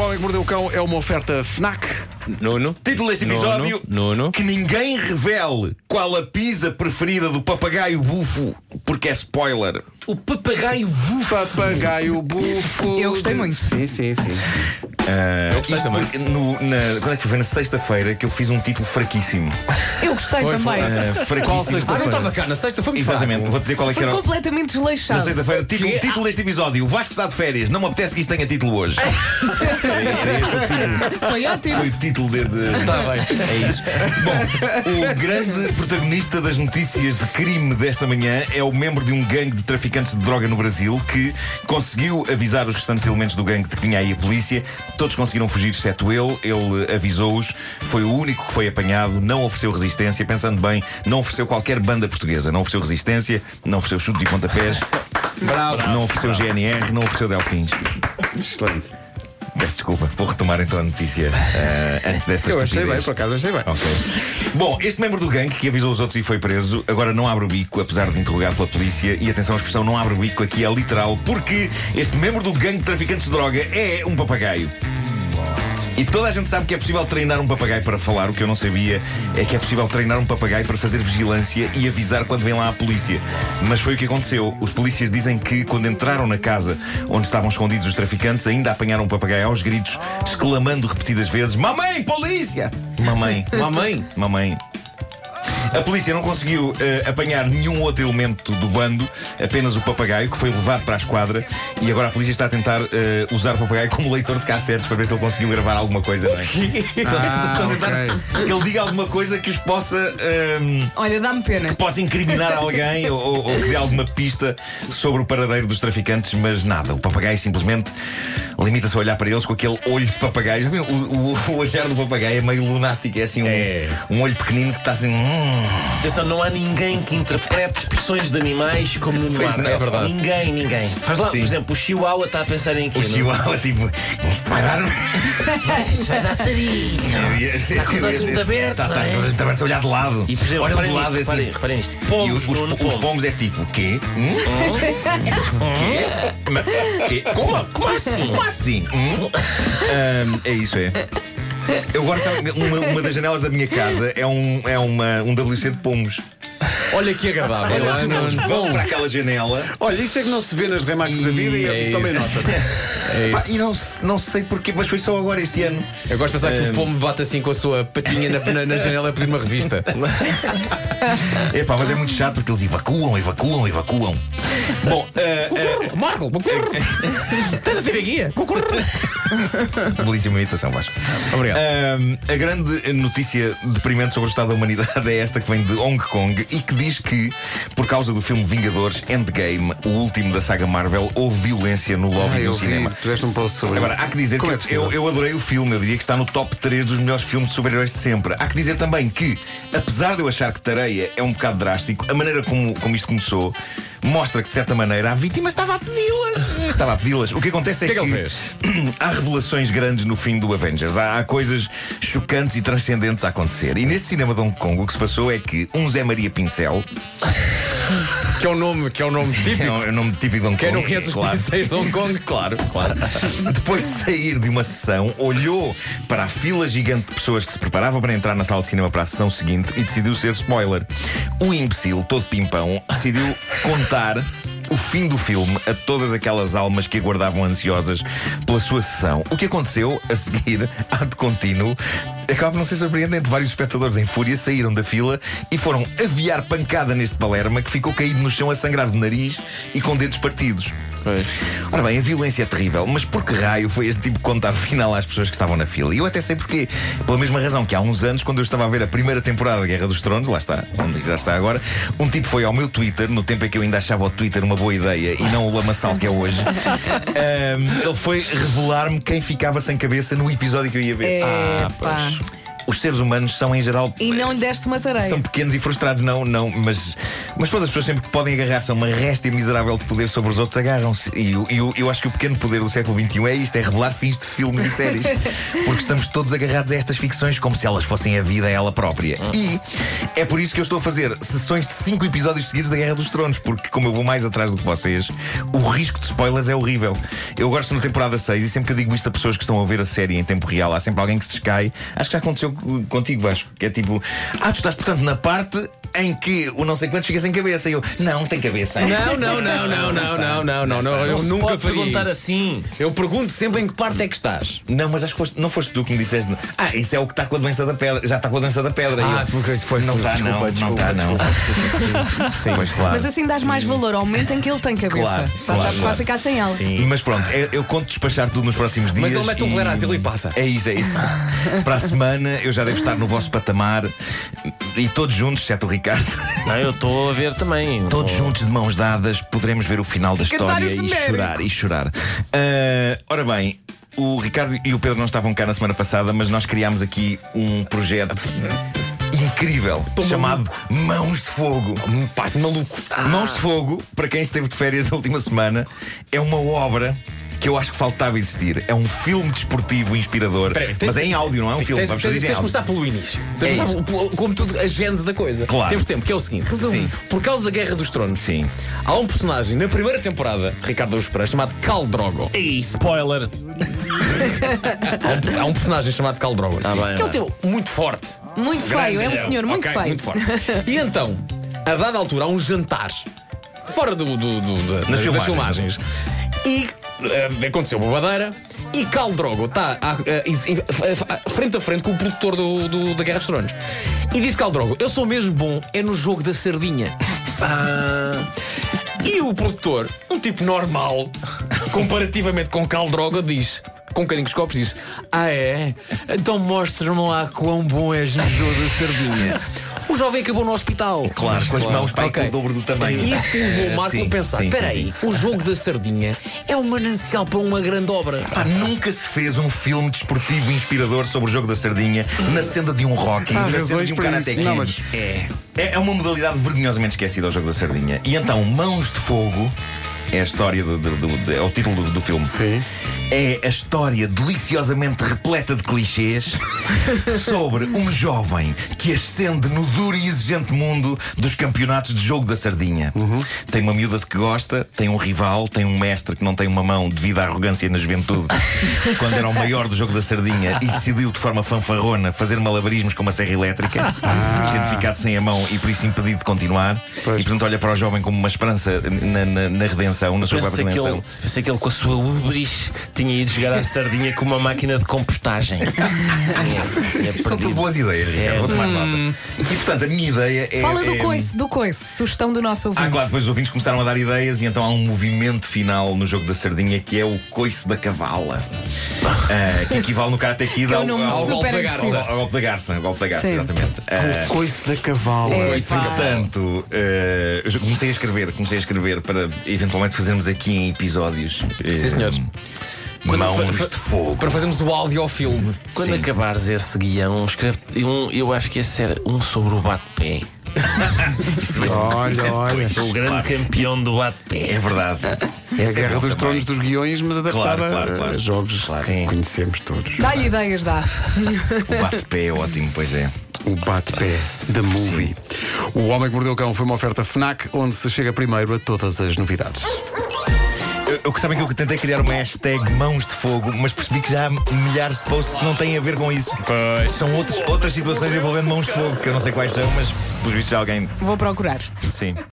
Homem que Mordeu o Cão é uma oferta FNAC. Nuno. Título deste episódio: Nuno. Que ninguém revele qual a pizza preferida do papagaio bufo, porque é spoiler. O papagaio bufo. Papagaio bufo. Eu gostei muito. Sim. Eu gostei Isto também. porque quando é que foi? Na sexta-feira que eu fiz um título fraquíssimo. Eu gostei Foi. também. Fraquíssimo. Não estava cá, na sexta foi muito Exatamente, fraco. vou dizer qual é que Foi era. completamente Na desleixado. sexta-feira, título deste episódio: o Vasco está de férias. Não me apetece que isto tenha título hoje. Era este o título. Foi ótimo. Foi o título de. Está bem. É isso. Bom, o grande protagonista das notícias de crime desta manhã é o membro de um gangue de traficantes de droga no Brasil que conseguiu avisar os restantes elementos do gangue de que vinha aí a polícia. Todos conseguiram fugir, exceto ele. Ele avisou-os. Foi o único que foi apanhado. Não ofereceu resistência. Pensando bem, não ofereceu qualquer banda portuguesa. Não ofereceu resistência. Não ofereceu chutes e pontapés. Bravo. Não ofereceu GNR. Não ofereceu delfins. Excelente. Peço desculpa, vou retomar então a notícia antes desta Eu achei estupidez. bem, por acaso achei bem. Ok. Bom, este membro do gangue que avisou os outros e foi preso, agora não abre o bico, apesar de interrogado pela polícia. E atenção, a expressão não abre o bico aqui é literal, porque este membro do gangue de traficantes de droga é um papagaio. E toda a gente sabe que é possível treinar um papagaio para falar. O que eu não sabia é que é possível treinar um papagaio para fazer vigilância e avisar quando vem lá a polícia. Mas foi o que aconteceu. Os polícias dizem que quando entraram na casa onde estavam escondidos os traficantes, ainda apanharam um papagaio aos gritos, exclamando repetidas vezes: "Mamãe, polícia!" Mamãe. Mamãe. A polícia não conseguiu apanhar nenhum outro elemento do bando, apenas o papagaio, que foi levado para a esquadra. E agora a polícia está a tentar usar o papagaio como leitor de cassetes para ver se ele conseguiu gravar alguma coisa, não é? Estão a tentar que ele diga alguma coisa que os possa Olha, dá-me pena. que possa incriminar alguém ou que dê alguma pista sobre o paradeiro dos traficantes, mas nada. O papagaio simplesmente limita-se a olhar para eles com aquele olho de papagaio. Já viu? O olhar do papagaio é meio lunático, é assim um olho pequenino que está assim. Atenção, não há ninguém que interprete expressões de animais como no Pois mar. não, é verdade. Ninguém. Faz lá, Sim. por exemplo, o chihuahua está a pensar em quê? O chihuahua, tipo, isto vai dar. Isto vai dar sarinho. Está com os olhos muito abertos, Está não é? com os olhos muito abertos a olhar de lado. E, por exemplo, olha de reparem lado nisto, assim. reparem nisto. E Pombos, Nuno, os pombos. pombos é tipo, quê? Quê? Como assim? Como assim? É isso, é. Eu agora sabe, uma das janelas da minha casa é um WC de pombos. Olha que agradável. Eles vão para aquela janela. Olha, isso é que não se vê nas remakes da vida e É eu tomei isso. nota. É Pá, isso. e não sei porquê, mas foi só agora este ano. Eu gosto de pensar que o pombo bate assim com a sua patinha na janela a pedir uma revista. Epá, mas é muito chato porque eles evacuam. Bom, Marco, estás a ter a guia? belíssima imitação, Vasco. Obrigado. A grande notícia deprimente sobre o estado da humanidade é esta que vem de Hong Kong e que diz que, por causa do filme Vingadores Endgame, o último da saga Marvel, houve violência no lobby Eu do vi, cinema. puseste um post sobre Agora, isso. há que dizer Como é que possível? eu adorei o filme. Eu diria que está no top 3 dos melhores filmes de super-heróis de sempre. Há que dizer também que, apesar de eu achar que Tareia é um bocado drástico, a maneira como isto começou mostra que, de certa maneira, a vítima estava a pedi-las. O que acontece é O que é que ele fez? há revelações grandes no fim do Avengers. Há coisas chocantes e transcendentes a acontecer. E neste cinema de Hong Kong o que se passou é que um Zé Maria Pincel, Que é um nome típico. é o nome típico de Hong Kong. Quem não conhece os claro. pincéis de Hong Kong? Claro. Depois de sair de uma sessão, olhou para a fila gigante de pessoas que se preparavam para entrar na sala de cinema para a sessão seguinte e decidiu ser spoiler. Um imbecil, todo pimpão, decidiu contar o fim do filme a todas aquelas almas que aguardavam ansiosas pela sua sessão. O que aconteceu a seguir, ato contínuo, acaba por não ser surpreendente. Vários espectadores em fúria saíram da fila e foram aviar pancada neste Palerma, que ficou caído no chão a sangrar de nariz e com dedos partidos. Ora bem, a violência é terrível, mas por que raio foi este tipo de contar o final às pessoas que estavam na fila? E eu até sei porquê. Pela mesma razão que há uns anos, quando eu estava a ver a primeira temporada da Guerra dos Tronos, lá está, onde já está agora, um tipo foi ao meu Twitter, no tempo em que eu ainda achava o Twitter uma boa ideia e não o lamaçal que é hoje. Ele foi revelar-me quem ficava sem cabeça no episódio que eu ia ver. Pá. os seres humanos são, em geral. E não lhe deste uma tarefa. São pequenos e frustrados, não, mas todas as pessoas sempre que podem agarrar-se a uma réstia miserável de poder sobre os outros, agarram-se. E eu acho que o pequeno poder do século XXI é isto: é revelar fins de filmes e séries. Porque estamos todos agarrados a estas ficções como se elas fossem a vida ela própria. E é por isso que eu estou a fazer sessões de 5 episódios seguidos da Guerra dos Tronos, porque como eu vou mais atrás do que vocês, o risco de spoilers é horrível. Eu gosto na temporada 6, e sempre que eu digo isto a pessoas que estão a ver a série em tempo real, há sempre alguém que se descai. Acho que já aconteceu contigo, Vasco, que é tipo: tu estás, portanto, na parte em que o não sei quantos fica sem cabeça. E eu: não tem cabeça. Não, eu Não se nunca pode faria perguntar isso. assim. Eu pergunto sempre em que parte é que estás. Não, mas acho que não foste tu que me disseste: isso é o que está com a doença da pedra. Já está com a doença da pedra. E eu: não está, não está, não. Sim, Pois claro. Mas assim dás mais valor ao momento em que ele tem cabeça. Claro, Sabes que vai ficar sem ela. Mas pronto, eu conto despachar tudo nos próximos dias. Mas ele mete um clerazil e passa. É isso. Para a semana eu já devo estar no vosso patamar. E todos juntos, exceto o Ricardo, Eu estou a ver também. todos juntos de mãos dadas, poderemos ver o final da Cantar história o genérico. e chorar. Ora bem, o Ricardo e o Pedro não estavam cá na semana passada, mas nós criámos aqui um projeto incrível chamado Mãos de Fogo. Parte maluco. Mãos de Fogo, para quem esteve de férias na última semana, é uma obra que eu acho que faltava existir. É um filme desportivo inspirador. Mas é em áudio, não é um filme. Vamos fazer Tens de começar pelo início. Tens de começar como tudo, a gênese da coisa. Claro. Temos tempo, que é o seguinte: resumo. Sim. Por causa da Guerra dos Tronos, Sim. há um personagem na primeira temporada, Ricardo Araújo Pereira, chamado Khal Drogo. Ei, spoiler. Há um personagem chamado Khal Drogo, bem, que é um tipo muito forte. Muito feio, é um senhor muito Ok, feio. muito forte. E então, a dada altura, há um jantar fora das filmagens. E aconteceu bobadeira. E Khal Drogo está frente a frente com o produtor da Guerra dos Tronos. E diz Khal Drogo: eu sou mesmo bom é no jogo da sardinha. E o produtor, um tipo normal, comparativamente com Khal Drogo, diz, com um bocadinho de copos, diz: é? Então mostra-me lá quão bom és no jogo da sardinha. O jovem acabou no hospital. Claro, com as mãos para Ok. o dobro do tamanho. E isso levou o Marco Sim, a pensar: sim, espera sim, aí, o jogo da sardinha é um manancial para uma grande obra. Nunca se fez um filme desportivo inspirador sobre o jogo da sardinha na senda de um rock, na cena de um karate kid. Não, mas É uma modalidade vergonhosamente esquecida ao jogo da sardinha. E então, Mãos de Fogo é a história é o título do filme. Sim. É a história deliciosamente repleta de clichês sobre um jovem que ascende no duro e exigente mundo dos campeonatos de jogo da sardinha. Tem uma miúda de que gosta, tem um rival, tem um mestre que não tem uma mão devido à arrogância na juventude quando era o maior do jogo da sardinha e decidiu de forma fanfarrona fazer malabarismos com uma serra elétrica, tendo ficado sem a mão e por isso impedido de continuar. Pois. E portanto olha para o jovem como uma esperança na redenção, na sua própria redenção. Pensei que ele com a sua ubris tinha ido jogar à sardinha com uma máquina de compostagem. Tinha São tudo perdido. boas ideias, Ricardo. Vou tomar nota. E portanto, a minha ideia é. Fala do coice, sugestão do nosso ouvinte. Claro, depois os ouvintes começaram a dar ideias e então há um movimento final no jogo da sardinha que é o coice da cavala. Que equivale no Karate Kid É um ao nome golpe super da agressivo. garça. ao golpe da garça. Ao golpe da garça, Sim. exatamente. o coice da cavala. Portanto, eu comecei a escrever para eventualmente fazermos aqui em episódios. Sim, senhor. Mãos de Fogo. Para fazermos o áudio ao filme. Quando Sim. acabares esse guião, escreve eu acho que esse era um sobre o bate-pé. Olha. Sou o grande campeão do bate-pé. É verdade. É a Guerra dos Tronos dos Guiões, mas adaptada Claro. a jogos Sim. que conhecemos todos. Dá-lhe ideias, dá. O bate-pé é ótimo, pois é. O bate-pé da movie. O Homem que Mordeu o Cão foi uma oferta FNAC, onde se chega primeiro a todas as novidades. Sabem que eu tentei criar uma hashtag Mãos de Fogo, mas percebi que já há milhares de posts que não têm a ver com isso. São outras situações envolvendo mãos de fogo, que eu não sei quais são, mas pelos vistos alguém. Vou procurar. Sim.